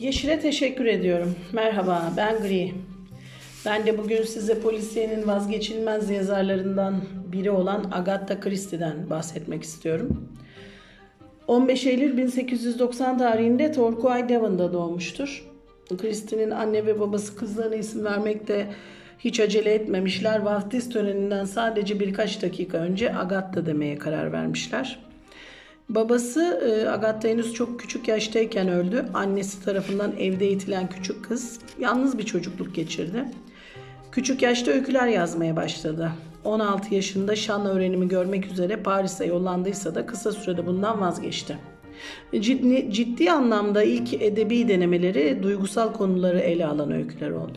Yeşil'e teşekkür ediyorum. Merhaba, ben Gri. Ben de bugün size polisiyenin vazgeçilmez yazarlarından biri olan Agatha Christie'den bahsetmek istiyorum. 15 Eylül 1890 tarihinde Torquay, Devon'da doğmuştur. Christie'nin anne ve babası kızlarına isim vermekte hiç acele etmemişler. Vaftiz töreninden sadece birkaç dakika önce Agatha demeye karar vermişler. Babası Agatha henüz çok küçük yaştayken öldü. Annesi tarafından evde eğitilen küçük kız yalnız bir çocukluk geçirdi. Küçük yaşta öyküler yazmaya başladı. 16 yaşında şan öğrenimi görmek üzere Paris'e yollandıysa da kısa sürede bundan vazgeçti. Ciddi anlamda ilk edebi denemeleri duygusal konuları ele alan öyküler oldu.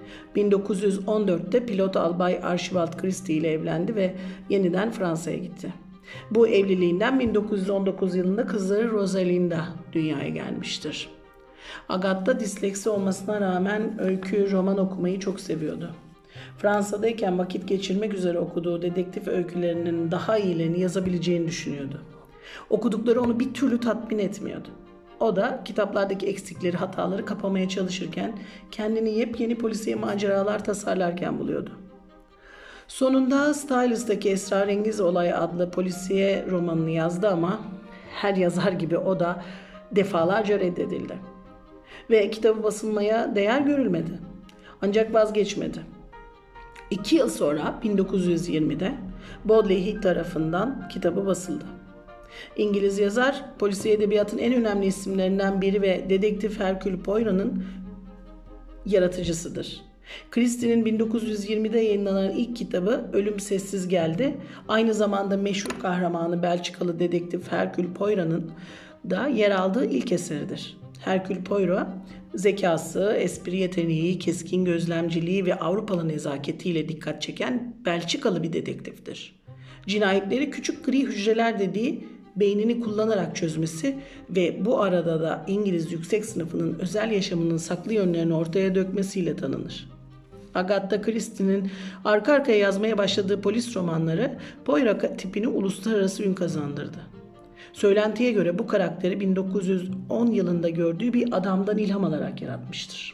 1914'te pilot albay Archibald Christie ile evlendi ve yeniden Fransa'ya gitti. Bu evliliğinden 1919 yılında kızları Rosalinda dünyaya gelmiştir. Agatha disleksi olmasına rağmen öykü, roman okumayı çok seviyordu. Fransa'dayken vakit geçirmek üzere okuduğu dedektif öykülerinin daha iyilerini yazabileceğini düşünüyordu. Okudukları onu bir türlü tatmin etmiyordu. O da kitaplardaki eksikleri, hataları kapamaya çalışırken kendini yepyeni polisiye maceralar tasarlarken buluyordu. Sonunda Styles'taki Esrarengiz Olay adlı polisiye romanını yazdı ama her yazar gibi o da defalarca reddedildi. Ve kitabı basılmaya değer görülmedi. Ancak vazgeçmedi. 2 yıl sonra 1920'de Baudelaire tarafından kitabı basıldı. İngiliz yazar, polisiye edebiyatın en önemli isimlerinden biri ve dedektif Hercule Poirot'un yaratıcısıdır. Christie'nin 1920'de yayınlanan ilk kitabı Ölüm Sessiz Geldi. Aynı zamanda meşhur kahramanı Belçikalı dedektif Hercule Poirot'un da yer aldığı ilk eseridir. Hercule Poirot, zekası, espri yeteneği, keskin gözlemciliği ve Avrupalı nezaketiyle dikkat çeken Belçikalı bir dedektiftir. Cinayetleri küçük gri hücreler dediği beynini kullanarak çözmesi ve bu arada da İngiliz yüksek sınıfının özel yaşamının saklı yönlerini ortaya dökmesiyle tanınır. Agatha Christie'nin arka arkaya yazmaya başladığı polis romanları Poirot tipini uluslararası ün kazandırdı. Söylentiye göre bu karakteri 1910 yılında gördüğü bir adamdan ilham alarak yaratmıştır.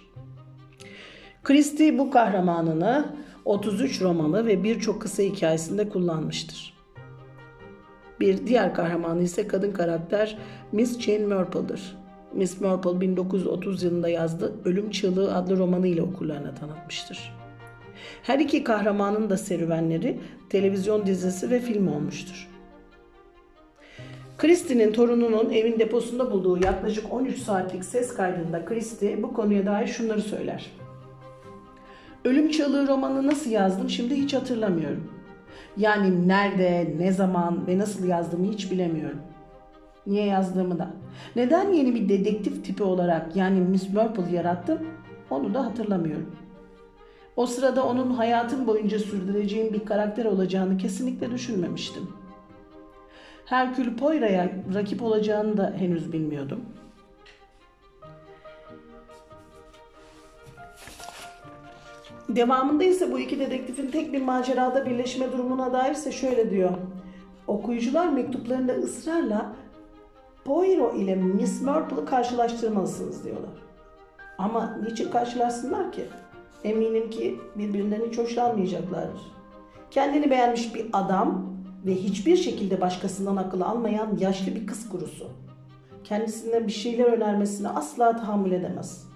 Christie bu kahramanını 33 romanı ve birçok kısa hikayesinde kullanmıştır. Bir diğer kahramanı ise kadın karakter Miss Jane Marple'dır. Miss Marple 1930 yılında yazdığı Ölüm Çığlığı adlı romanıyla okurlarına tanıtmıştır. Her iki kahramanın da serüvenleri televizyon dizisi ve film olmuştur. Christie'nin torununun evin deposunda bulduğu yaklaşık 13 saatlik ses kaydında Christie bu konuya dair şunları söyler. Ölüm Çığlığı romanını nasıl yazdım şimdi hiç hatırlamıyorum. Yani nerede, ne zaman ve nasıl yazdığımı hiç bilemiyorum. Niye yazdığımı da. Neden yeni bir dedektif tipi olarak yani Miss Marple yarattım onu da hatırlamıyorum. O sırada onun hayatım boyunca sürdüreceğim bir karakter olacağını kesinlikle düşünmemiştim. Hercule Poirot'a rakip olacağını da henüz bilmiyordum. Devamında ise bu iki dedektifin tek bir macerada birleşme durumuna dair ise şöyle diyor. Okuyucular mektuplarında ısrarla Poirot ile Miss Marple'ı karşılaştırmalısınız diyorlar. Ama niçin karşılaşsınlar ki? Eminim ki birbirinden hiç hoşlanmayacaklardır. Kendini beğenmiş bir adam ve hiçbir şekilde başkasından akıl almayan yaşlı bir kız kurusu. Kendisine bir şeyler önermesine asla tahammül edemez.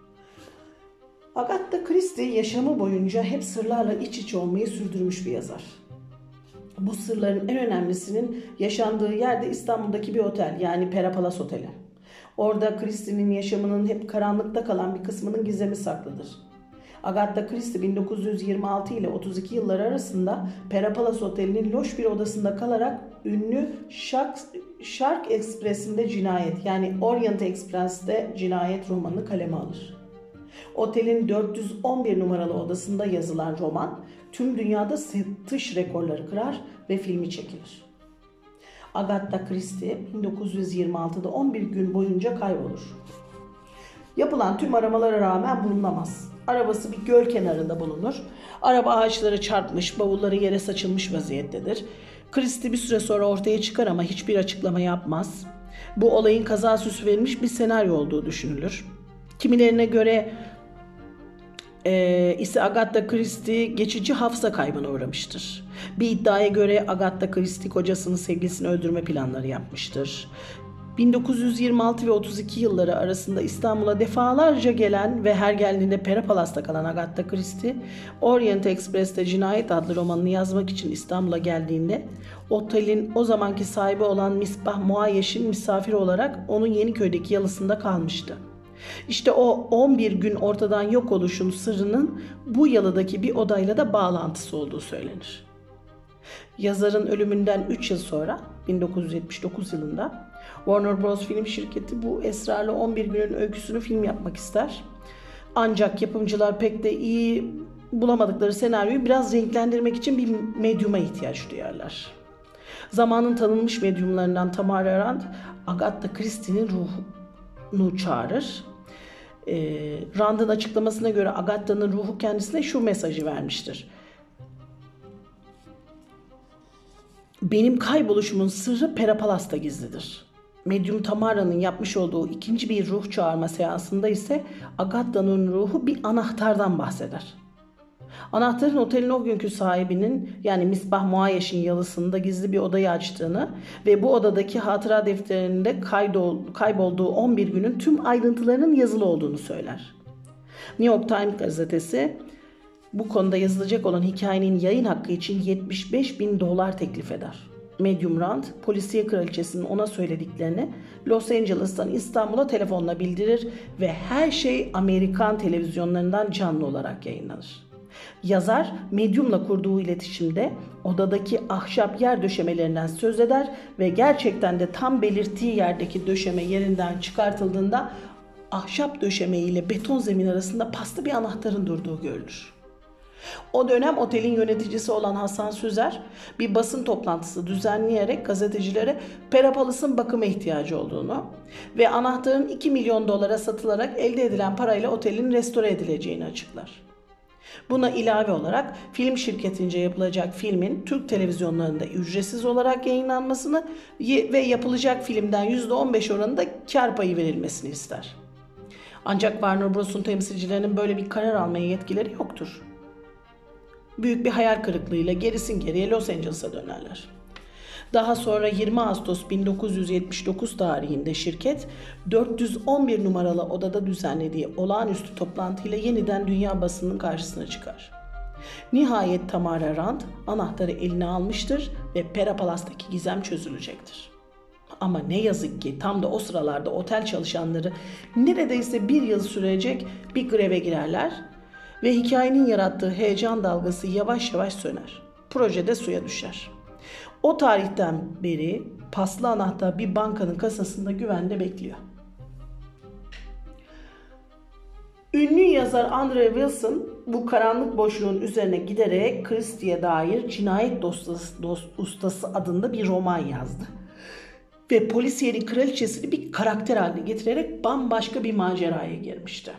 Agatha Christie yaşamı boyunca hep sırlarla iç içe olmayı sürdürmüş bir yazar. Bu sırların en önemlisinin yaşandığı yerde İstanbul'daki bir otel yani Pera Palace Oteli. Orada Christie'nin yaşamının hep karanlıkta kalan bir kısmının gizemi saklıdır. Agatha Christie 1926 ile 32 yılları arasında Pera Palace Oteli'nin loş bir odasında kalarak ünlü Shark Express'inde cinayet yani Orient Express'te cinayet romanını kaleme alır. Otelin 411 numaralı odasında yazılan roman tüm dünyada satış rekorları kırar ve filmi çekilir. Agatha Christie 1926'da 11 gün boyunca kaybolur. Yapılan tüm aramalara rağmen bulunamaz. Arabası bir göl kenarında bulunur. Araba ağaçlara çarpmış, bavulları yere saçılmış vaziyettedir. Christie bir süre sonra ortaya çıkar ama hiçbir açıklama yapmaz. Bu olayın kaza süsü verilmiş bir senaryo olduğu düşünülür. Kimilerine göre ise Agatha Christie geçici hafıza kaybına uğramıştır. Bir iddiaya göre Agatha Christie kocasının sevgilisini öldürme planları yapmıştır. 1926 ve 32 yılları arasında İstanbul'a defalarca gelen ve her geldiğinde Pera Palas'ta kalan Agatha Christie, Orient Express'te Cinayet adlı romanını yazmak için İstanbul'a geldiğinde otelin o zamanki sahibi olan Misbah Muayyeş'in misafiri olarak onun Yeniköy'deki yalısında kalmıştı. İşte o 11 gün ortadan yok oluşun sırrının bu yalıdaki bir odayla da bağlantısı olduğu söylenir. Yazarın ölümünden 3 yıl sonra 1979 yılında Warner Bros. Film şirketi bu esrarlı 11 günün öyküsünü film yapmak ister. Ancak yapımcılar pek de iyi bulamadıkları senaryoyu biraz renklendirmek için bir medyuma ihtiyaç duyarlar. Zamanın tanınmış medyumlarından Tamara Rand, Agatha Christie'nin ruhunu çağırır. Rand'ın açıklamasına göre Agatha'nın ruhu kendisine şu mesajı vermiştir: "Benim kayboluşumun sırrı Pera Palas'ta gizlidir." Medyum Tamara'nın yapmış olduğu ikinci bir ruh çağırma seansında ise Agatha'nın ruhu bir anahtardan bahseder. Anahtarın otelin o günkü sahibinin, yani Misbah Muayyeş'in yalısında gizli bir odayı açtığını ve bu odadaki hatıra defterinde kaybolduğu 11 günün tüm ayrıntılarının yazılı olduğunu söyler. New York Times gazetesi bu konuda yazılacak olan hikayenin yayın hakkı için $75.000 teklif eder. Medyum Rand, polisiye kraliçesinin ona söylediklerini Los Angeles'tan İstanbul'a telefonla bildirir ve her şey Amerikan televizyonlarından canlı olarak yayınlanır. Yazar, medyumla kurduğu iletişimde odadaki ahşap yer döşemelerinden söz eder ve gerçekten de tam belirttiği yerdeki döşeme yerinden çıkartıldığında ahşap döşeme ile beton zemin arasında paslı bir anahtarın durduğu görülür. O dönem otelin yöneticisi olan Hasan Süzer bir basın toplantısı düzenleyerek gazetecilere Pera Palas'ın bakıma ihtiyacı olduğunu ve anahtarın $2 milyon satılarak elde edilen parayla otelin restore edileceğini açıklar. Buna ilave olarak film şirketince yapılacak filmin Türk televizyonlarında ücretsiz olarak yayınlanmasını ve yapılacak filmden %15 oranında kar payı verilmesini ister. Ancak Warner Bros'un temsilcilerinin böyle bir karar almaya yetkileri yoktur. Büyük bir hayal kırıklığıyla gerisin geriye Los Angeles'a dönerler. Daha sonra 20 Ağustos 1979 tarihinde şirket 411 numaralı odada düzenlediği olağanüstü toplantıyla yeniden dünya basınının karşısına çıkar. Nihayet Tamara Rand anahtarı eline almıştır ve Pera Palas'taki gizem çözülecektir. Ama ne yazık ki tam da o sıralarda otel çalışanları neredeyse bir yıl sürecek bir greve girerler ve hikayenin yarattığı heyecan dalgası yavaş yavaş söner. Projede suya düşer. O tarihten beri paslı anahtar bir bankanın kasasında güvende bekliyor. Ünlü yazar Andre Wilson bu karanlık boşluğun üzerine giderek Christie'ye dair Cinayet Ustası adında bir roman yazdı. Ve polisiyenin kraliçesini bir karakter haline getirerek bambaşka bir maceraya girmişti.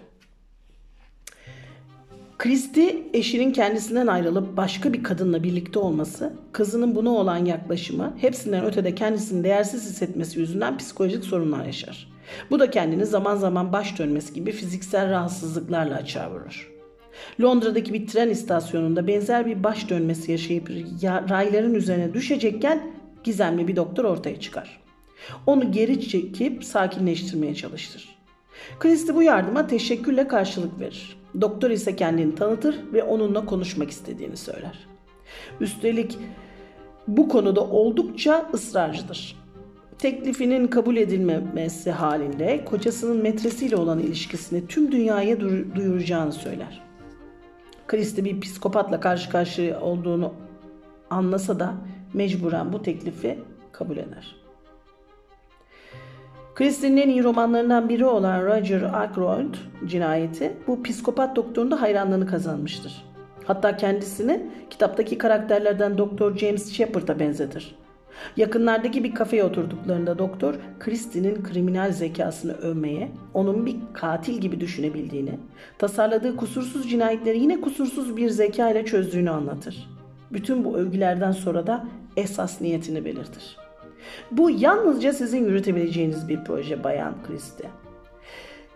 Christie eşinin kendisinden ayrılıp başka bir kadınla birlikte olması, kızının buna olan yaklaşımı, hepsinden ötede kendisini değersiz hissetmesi yüzünden psikolojik sorunlar yaşar. Bu da kendini zaman zaman baş dönmesi gibi fiziksel rahatsızlıklarla açığa vurur. Londra'daki bir tren istasyonunda benzer bir baş dönmesi yaşayıp rayların üzerine düşecekken gizemli bir doktor ortaya çıkar. Onu geri çekip sakinleştirmeye çalıştır. Christie bu yardıma teşekkürle karşılık verir. Doktor ise kendini tanıtır ve onunla konuşmak istediğini söyler. Üstelik bu konuda oldukça ısrarcıdır. Teklifinin kabul edilmemesi halinde kocasının metresiyle olan ilişkisini tüm dünyaya duyuracağını söyler. Christie bir psikopatla karşı karşıya olduğunu anlasa da mecburen bu teklifi kabul eder. Christie'nin en iyi romanlarından biri olan Roger Ackroyd cinayeti bu psikopat doktorun da hayranlığını kazanmıştır. Hatta kendisini kitaptaki karakterlerden Doktor James Shepard'a benzetir. Yakınlardaki bir kafeye oturduklarında doktor Christie'nin kriminal zekasını övmeye, onun bir katil gibi düşünebildiğini, tasarladığı kusursuz cinayetleri yine kusursuz bir zeka ile çözdüğünü anlatır. Bütün bu övgülerden sonra da esas niyetini belirtir. Bu yalnızca sizin yürütebileceğiniz bir proje Bayan Christie.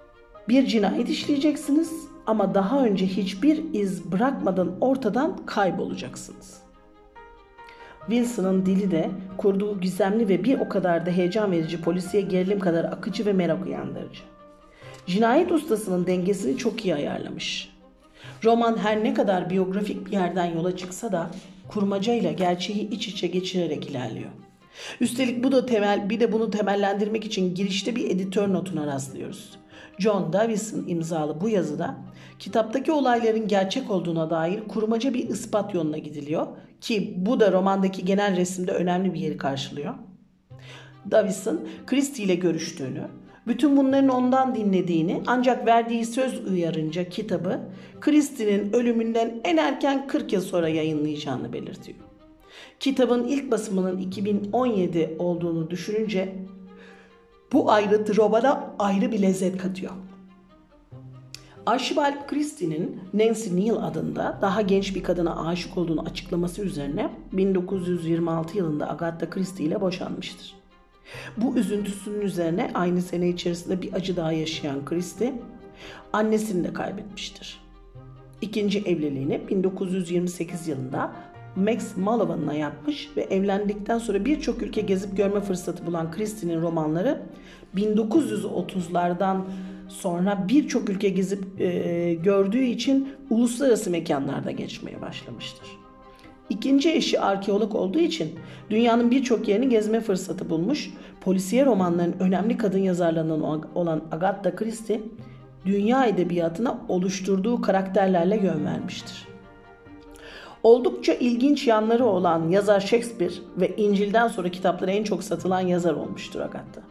Bir cinayet işleyeceksiniz ama daha önce hiçbir iz bırakmadan ortadan kaybolacaksınız. Wilson'ın dili de kurduğu gizemli ve bir o kadar da heyecan verici polisiye gerilim kadar akıcı ve merak uyandırıcı. Cinayet ustasının dengesini çok iyi ayarlamış. Roman her ne kadar biyografik bir yerden yola çıksa da kurmacayla gerçeği iç içe geçirerek ilerliyor. Üstelik bir de bunu temellendirmek için girişte bir editör notuna rastlıyoruz. John Davison imzalı bu yazıda kitaptaki olayların gerçek olduğuna dair kurmaca bir ispat yoluna gidiliyor ki bu da romandaki genel resimde önemli bir yeri karşılıyor. Davison, Christie ile görüştüğünü, bütün bunların ondan dinlediğini ancak verdiği söz uyarınca kitabı Christie'nin ölümünden en erken 40 yıl sonra yayınlayacağını belirtiyor. Kitabın ilk basımının 2017 olduğunu düşününce bu ayrıntı romana ayrı bir lezzet katıyor. Archibald Christie'nin Nancy Neal adında daha genç bir kadına aşık olduğunu açıklaması üzerine 1926 yılında Agatha Christie ile boşanmıştır. Bu üzüntüsünün üzerine aynı sene içerisinde bir acı daha yaşayan Christie, annesini de kaybetmiştir. İkinci evliliğini 1928 yılında Max Mallowan'la yapmış ve evlendikten sonra birçok ülke gezip görme fırsatı bulan Christie'nin romanları 1930'lardan sonra birçok ülke gezip gördüğü için uluslararası mekanlarda geçmeye başlamıştır. İkinci eşi arkeolog olduğu için dünyanın birçok yerini gezme fırsatı bulmuş, polisiye romanların önemli kadın yazarlarından olan Agatha Christie, dünya edebiyatına oluşturduğu karakterlerle yön vermiştir. Oldukça ilginç yanları olan yazar Shakespeare ve İncil'den sonra kitapları en çok satılan yazar olmuştur Agatha.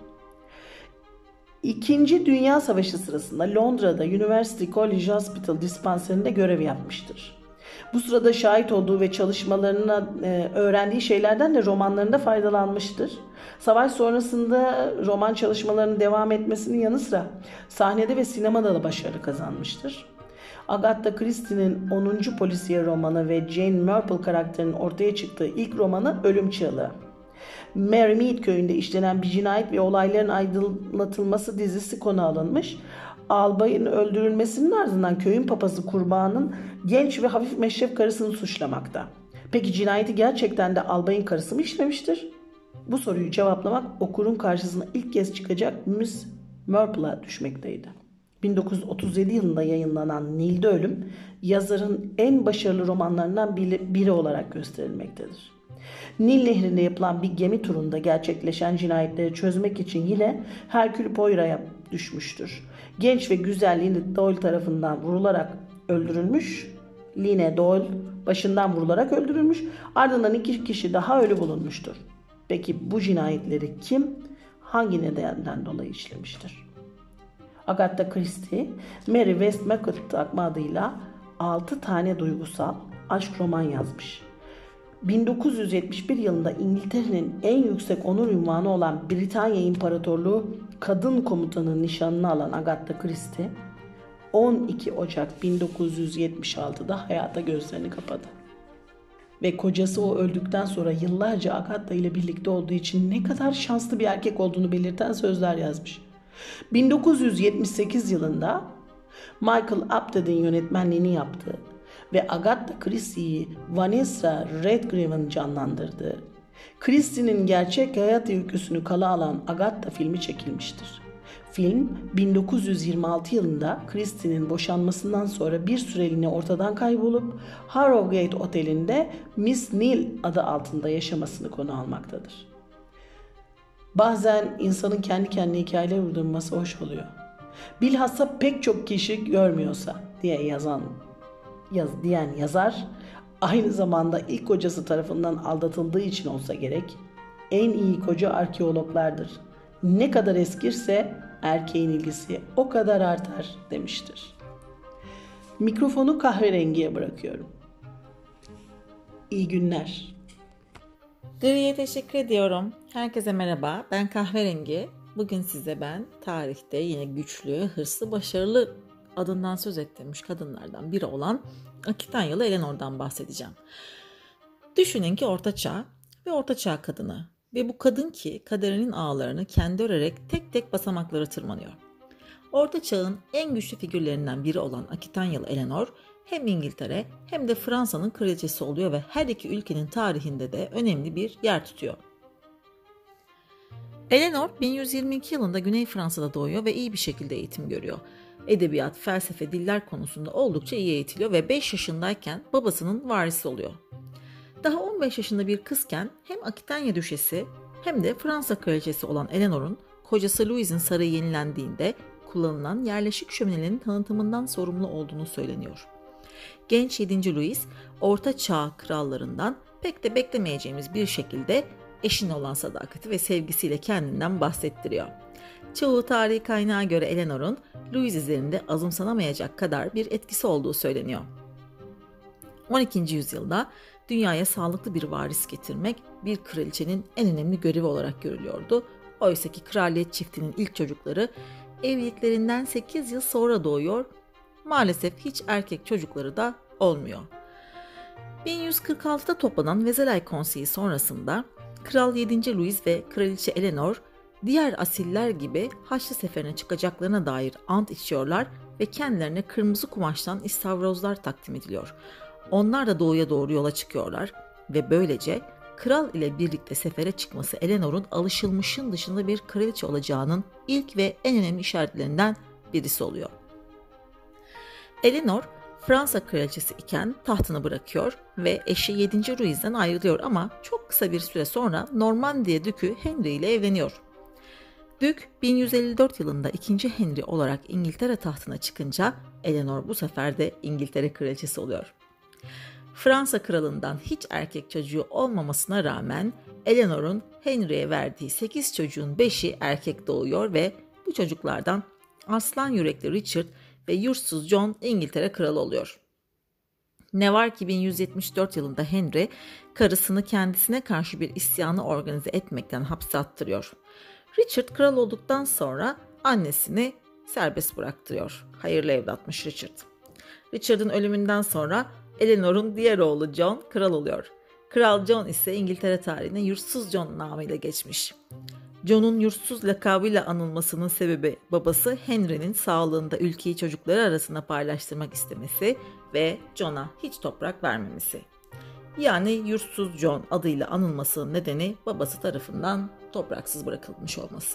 İkinci Dünya Savaşı sırasında Londra'da University College Hospital dispanserinde görev yapmıştır. Bu sırada şahit olduğu ve çalışmalarına öğrendiği şeylerden de romanlarında faydalanmıştır. Savaş sonrasında roman çalışmalarının devam etmesinin yanı sıra sahnede ve sinemada da başarı kazanmıştır. Agatha Christie'nin 10. polisiye romanı ve Jane Marple karakterinin ortaya çıktığı ilk romanı Ölüm Çığlığı. Mary Mead köyünde işlenen bir cinayet ve olayların aydınlatılması dizisi konu alınmış. Albayın öldürülmesinin ardından köyün papazı kurbanın genç ve hafif meşref karısını suçlamakta. Peki cinayeti gerçekten de albayın karısı mı işlemiştir? Bu soruyu cevaplamak okurun karşısına ilk kez çıkacak Miss Marple'a düşmekteydi. 1937 yılında yayınlanan Nil'de Ölüm, yazarın en başarılı romanlarından biri olarak gösterilmektedir. Nil Nehri'nde yapılan bir gemi turunda gerçekleşen cinayetleri çözmek için yine Hercule Poirot'a düşmüştür. Genç ve güzel Lina Doyle tarafından vurularak öldürülmüş. Lina Doyle başından vurularak öldürülmüş. Ardından 2 kişi daha ölü bulunmuştur. Peki bu cinayetleri kim, hangi nedenden dolayı işlemiştir? Agatha Christie, Mary Westmacott adıyla 6 tane duygusal aşk roman yazmış. 1971 yılında İngiltere'nin en yüksek onur unvanı olan Britanya İmparatorluğu Kadın Komutanı nişanını alan Agatha Christie, 12 Ocak 1976'da hayata gözlerini kapadı. Ve kocası o öldükten sonra yıllarca Agatha ile birlikte olduğu için ne kadar şanslı bir erkek olduğunu belirten sözler yazmış. 1978 yılında Michael Apted'in yönetmenliğini yaptığı ve Agatha Christie'yi Vanessa Redgrave'ın canlandırdığı, Christie'nin gerçek hayat öyküsünü kala alan Agatha filmi çekilmiştir. Film 1926 yılında Christie'nin boşanmasından sonra bir süreliğine ortadan kaybolup Harrogate Oteli'nde Miss Neal adı altında yaşamasını konu almaktadır. Bazen insanın kendi kendine hikayeler uydurması hoş oluyor. Bilhassa pek çok kişi görmüyorsa diyen yazar, aynı zamanda ilk kocası tarafından aldatıldığı için olsa gerek, en iyi koca arkeologlardır. Ne kadar eskirse erkeğin ilgisi o kadar artar demiştir. Mikrofonu kahverengiye bırakıyorum. İyi günler. Gri'ye teşekkür ediyorum. Herkese merhaba. Ben Kahverengi. Bugün size ben tarihte yine güçlü, hırslı, başarılı adından söz ettirmiş kadınlardan biri olan Aquitanyalı Eleanor'dan bahsedeceğim. Düşünün ki Orta Çağ ve Orta Çağ kadını ve bu kadın ki kaderinin ağlarını kendi örerek tek tek basamakları tırmanıyor. Orta Çağ'ın en güçlü figürlerinden biri olan Akitanyalı Eleanor hem İngiltere hem de Fransa'nın kraliçesi oluyor ve her iki ülkenin tarihinde de önemli bir yer tutuyor. Eleanor 1122 yılında Güney Fransa'da doğuyor ve iyi bir şekilde eğitim görüyor. Edebiyat, felsefe, diller konusunda oldukça iyi eğitiliyor ve 5 yaşındayken babasının varisi oluyor. Daha 15 yaşında bir kızken hem Akitanya Düşesi hem de Fransa Kraliçesi olan Eleanor'un kocası Louis'in sarayı yenilendiğinde kullanılan yerleşik şöminelerin tanıtımından sorumlu olduğunu söyleniyor. Genç 7. Louis, Orta Çağ krallarından pek de beklemeyeceğimiz bir şekilde eşine olan sadakati ve sevgisiyle kendinden bahsettiriyor. Çoğu tarihi kaynağa göre Eleanor'un Louis üzerinde azımsanamayacak kadar bir etkisi olduğu söyleniyor. 12. yüzyılda dünyaya sağlıklı bir varis getirmek bir kraliçenin en önemli görevi olarak görülüyordu. Oysa ki kraliyet çiftinin ilk çocukları evliliklerinden 8 yıl sonra doğuyor. Maalesef hiç erkek çocukları da olmuyor. 1146'da toplanan Vezelay Konseyi sonrasında Kral 7. Louis ve Kraliçe Eleanor diğer asiller gibi Haçlı Seferi'ne çıkacaklarına dair ant içiyorlar ve kendilerine kırmızı kumaştan istavrozlar takdim ediliyor. Onlar da doğuya doğru yola çıkıyorlar ve böylece kral ile birlikte sefere çıkması Eleanor'un alışılmışın dışında bir kraliçe olacağının ilk ve en önemli işaretlerinden birisi oluyor. Eleanor Fransa kraliçesi iken tahtını bırakıyor ve eşi 7. Louis'den ayrılıyor ama çok kısa bir süre sonra Normandiya Dükü Henry ile evleniyor. Dük 1154 yılında 2. Henry olarak İngiltere tahtına çıkınca Eleanor bu sefer de İngiltere kraliçesi oluyor. Fransa kralından hiç erkek çocuğu olmamasına rağmen Eleanor'un Henry'e verdiği 8 çocuğun 5'i erkek doğuyor ve bu çocuklardan aslan yürekli Richard ve yurtsuz John İngiltere kralı oluyor. Ne var ki 1174 yılında Henry karısını kendisine karşı bir isyanı organize etmekten hapse attırıyor. Richard kral olduktan sonra annesini serbest bıraktırıyor. Hayırlı evlatmış Richard. Richard'ın ölümünden sonra Eleanor'un diğer oğlu John kral oluyor. Kral John ise İngiltere tarihine yurtsuz John namıyla geçmiş. John'un yurtsuz lakabıyla anılmasının sebebi babası Henry'nin sağlığında ülkeyi çocukları arasında paylaştırmak istemesi ve John'a hiç toprak vermemesi. Yani yurtsuz John adıyla anılmasının nedeni babası tarafından topraksız bırakılmış olması.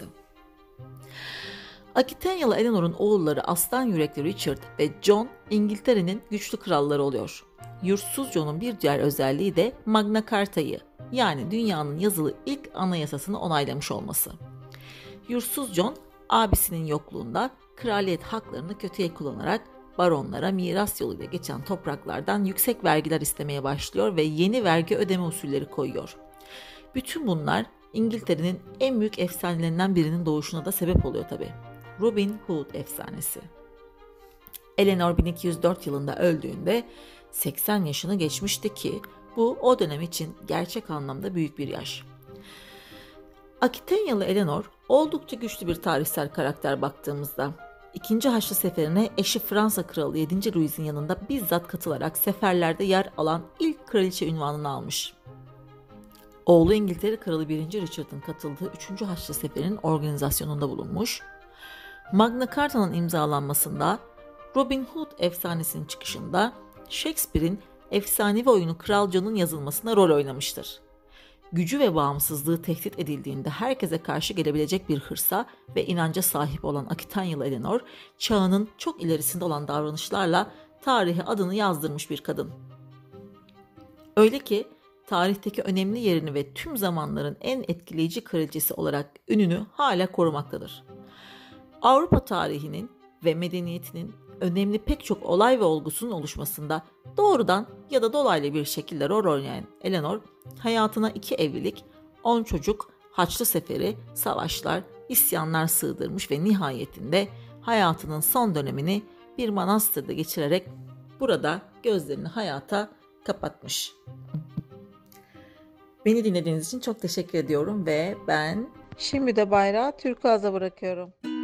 Akitanyalı Eleanor'un oğulları aslan yürekli Richard ve John İngiltere'nin güçlü kralları oluyor. Yurtsuz John'un bir diğer özelliği de Magna Carta'yı yani dünyanın yazılı ilk anayasasını onaylamış olması. Yurtsuz John abisinin yokluğunda kraliyet haklarını kötüye kullanarak baronlara miras yoluyla geçen topraklardan yüksek vergiler istemeye başlıyor ve yeni vergi ödeme usulleri koyuyor. Bütün bunlar İngiltere'nin en büyük efsanelerinden birinin doğuşuna da sebep oluyor tabii. Robin Hood efsanesi. Eleanor 1204 yılında öldüğünde 80 yaşını geçmişti ki bu o dönem için gerçek anlamda büyük bir yaş. Akitanyalı Eleanor oldukça güçlü bir tarihsel karakter baktığımızda. 2. Haçlı Seferi'ne eşi Fransa Kralı 7. Louis'in yanında bizzat katılarak seferlerde yer alan ilk kraliçe unvanını almış. Oğlu İngiltere Kralı 1. Richard'ın katıldığı 3. Haçlı Seferi'nin organizasyonunda bulunmuş. Magna Carta'nın imzalanmasında, Robin Hood efsanesinin çıkışında Shakespeare'in efsanevi oyunu Kral John'un yazılmasına rol oynamıştır. Gücü ve bağımsızlığı tehdit edildiğinde herkese karşı gelebilecek bir hırsa ve inanca sahip olan Akitanyalı Eleanor, çağının çok ilerisinde olan davranışlarla tarihe adını yazdırmış bir kadın. Öyle ki tarihteki önemli yerini ve tüm zamanların en etkileyici kraliçesi olarak ününü hala korumaktadır. Avrupa tarihinin ve medeniyetinin önemli pek çok olay ve olgusunun oluşmasında doğrudan ya da dolaylı bir şekilde rol oynayan Eleanor, hayatına 2 evlilik, 10 çocuk, Haçlı Seferi, savaşlar, isyanlar sığdırmış ve nihayetinde hayatının son dönemini bir manastırda geçirerek burada gözlerini hayata kapatmış. Beni dinlediğiniz için çok teşekkür ediyorum ve ben şimdi de bayrağı Türkuaz'a bırakıyorum.